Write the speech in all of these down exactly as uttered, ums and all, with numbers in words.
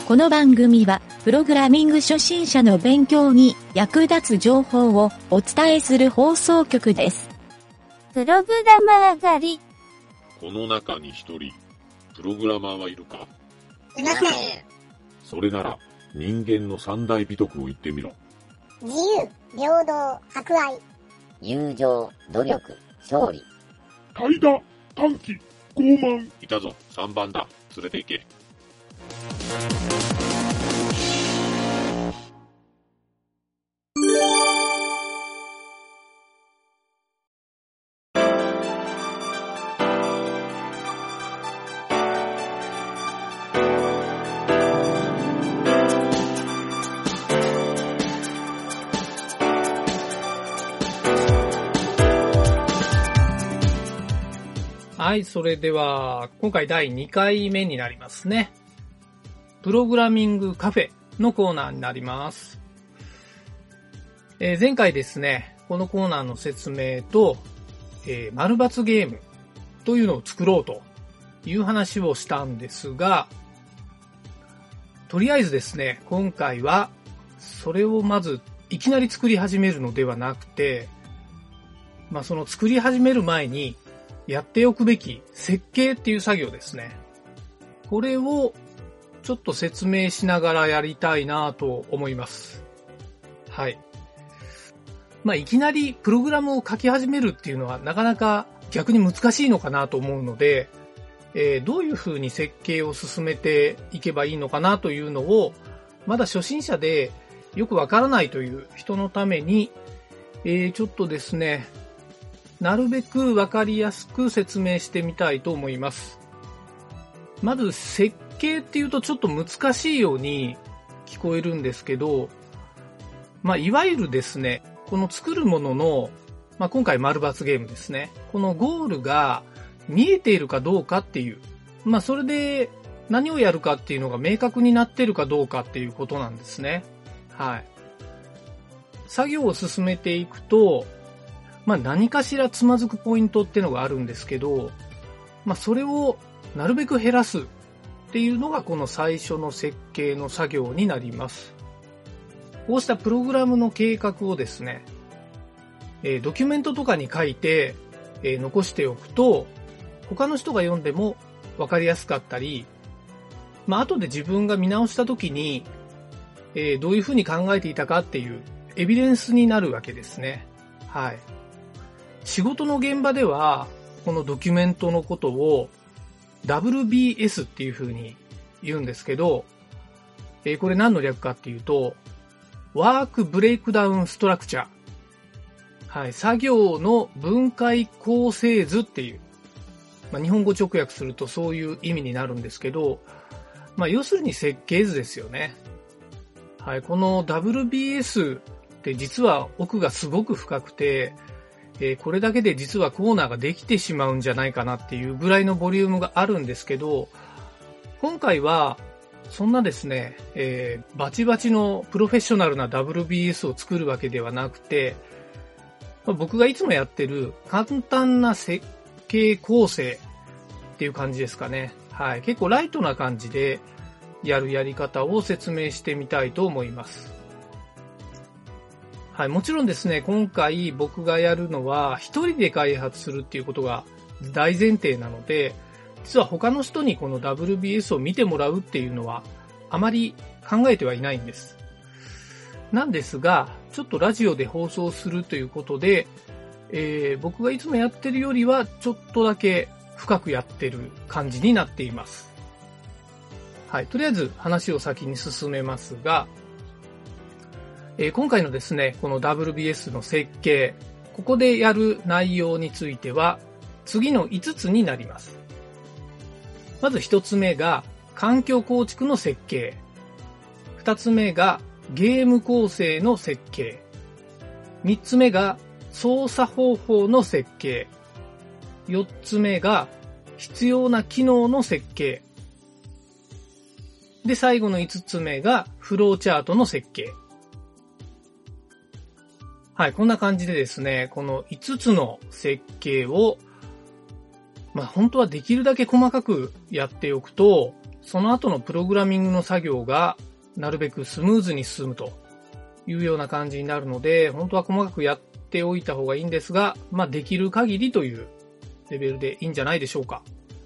この番組は、プログラミング初心者の勉強に役立つ情報をお伝えする放送局です。 プログラマー狩り。 この中に一人、プログラマーはいるか？ いません。 それなら、人間の三大美徳を言ってみろ。 自由、平等、博愛。 友情、努力、勝利。 怠惰、短気、傲慢。いたぞ、三番だ。連れて行け。 はい、それでは、今回だいにかいめになりますね。プログラミングカフェのコーナーになります。えー、前回ですね、このコーナーの説明と、えー、丸×ゲームというのを作ろうという話をしたんですが、とりあえずですね、今回は、それをまずいきなり作り始めるのではなくて、まあその作り始める前に、やっておくべき設計っていう作業ですね。これをちょっと説明しながらやりたいなと思います。はい。まあ、いきなりプログラムを書き始めるっていうのはなかなか逆に難しいのかなと思うので、えー、どういうふうに設計を進めていけばいいのかなというのを、まだ初心者でよくわからないという人のために、えー、ちょっとですね、なるべくわかりやすく説明してみたいと思います。まず設計っていうとちょっと難しいように聞こえるんですけど、まあいわゆるですね、この作るものの、まあ今回丸×ゲームですね。このゴールが見えているかどうかっていう、まあそれで何をやるかっていうのが明確になっているかどうかっていうことなんですね。はい。作業を進めていくと、まあ何かしらつまずくポイントっていうのがあるんですけど、まあそれをなるべく減らすっていうのがこの最初の設計の作業になります。こうしたプログラムの計画をですね、えー、ドキュメントとかに書いて、えー、残しておくと、他の人が読んでもわかりやすかったり、まあ後で自分が見直した時に、えー、どういうふうに考えていたかっていうエビデンスになるわけですね。はい。仕事の現場では、このドキュメントのことを ダブリュービーエス っていう風に言うんですけど、えー、これ何の略かっていうと、ワークブレイクダウンストラクチャー。はい、作業の分解構成図っていう、まあ、日本語直訳するとそういう意味になるんですけど、まあ、要するに設計図ですよね。はい、この ダブリュービーエス って実は奥がすごく深くて、えー、これだけで実はコーナーができてしまうんじゃないかなっていうぐらいのボリュームがあるんですけど、今回はそんなですね、えー、バチバチのプロフェッショナルな ダブリュービーエス を作るわけではなくて、まあ、僕がいつもやってる簡単な設計構成っていう感じですかね。はい。結構ライトな感じでやるやり方を説明してみたいと思います。はい。もちろんですね、今回僕がやるのは一人で開発するっていうことが大前提なので、実は他の人にこの ダブリュービーエス を見てもらうっていうのはあまり考えてはいないんです。なんですが、ちょっとラジオで放送するということで、えー、僕がいつもやってるよりはちょっとだけ深くやってる感じになっています。はい。とりあえず話を先に進めますが、えー、今回のですね、この ダブリュービーエス の設計、ここでやる内容については次のいつつになります。まずひとつめが環境構築の設計。ふたつめがゲーム構成の設計。みっつめが操作方法の設計。よっつめが必要な機能の設計。で、最後のいつつめがフローチャートの設計。はい、こんな感じでですね、このいつつの設計を、まあ本当はできるだけ細かくやっておくと、 その後のプログラミングの作業がなるべくスムーズに進むというような感じになるので、本当は細かくやっておいた方がいいんですが、まあできる限りというレベルでいいんじゃないでしょうか。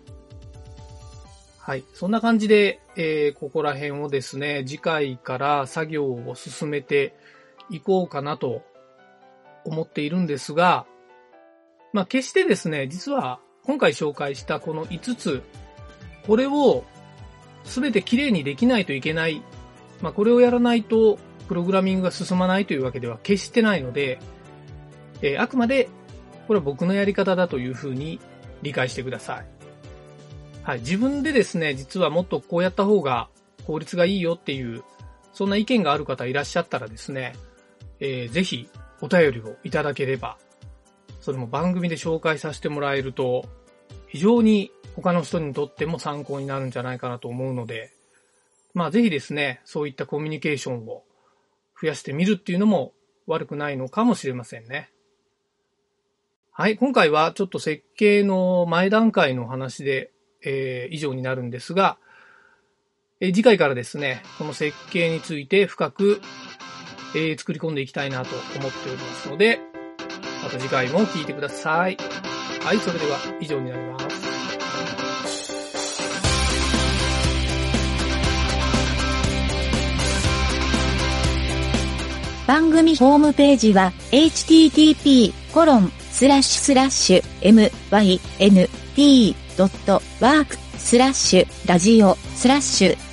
はい。そんな感じで、えー、ここら辺をですね、次回から作業を進めていこうかなと思っているんですが、まあ決してですね、実は今回紹介したこのいつつ、これを全てきれいにできないといけない。まあこれをやらないとプログラミングが進まないというわけでは決してないので、えー、あくまでこれは僕のやり方だというふうに理解してください。はい。自分でですね、実はもっとこうやった方が効率がいいよっていう、そんな意見がある方いらっしゃったらですね、えー、ぜひお便りをいただければ、それも番組で紹介させてもらえると、非常に他の人にとっても参考になるんじゃないかなと思うので、まあぜひですね、そういったコミュニケーションを増やしてみるっていうのも悪くないのかもしれませんね。はい、今回はちょっと設計の前段階の話で、えー、以上になるんですが、えー、次回からですね、この設計について深く、えー、作り込んでいきたいなと思っておりますので、また次回も聞いてください。はい、それでは以上になります。 番組ホームページは エイチティーティーピーコロンスラッシュスラッシュエムワイエヌティードットワークスラッシュラジオスラッシュ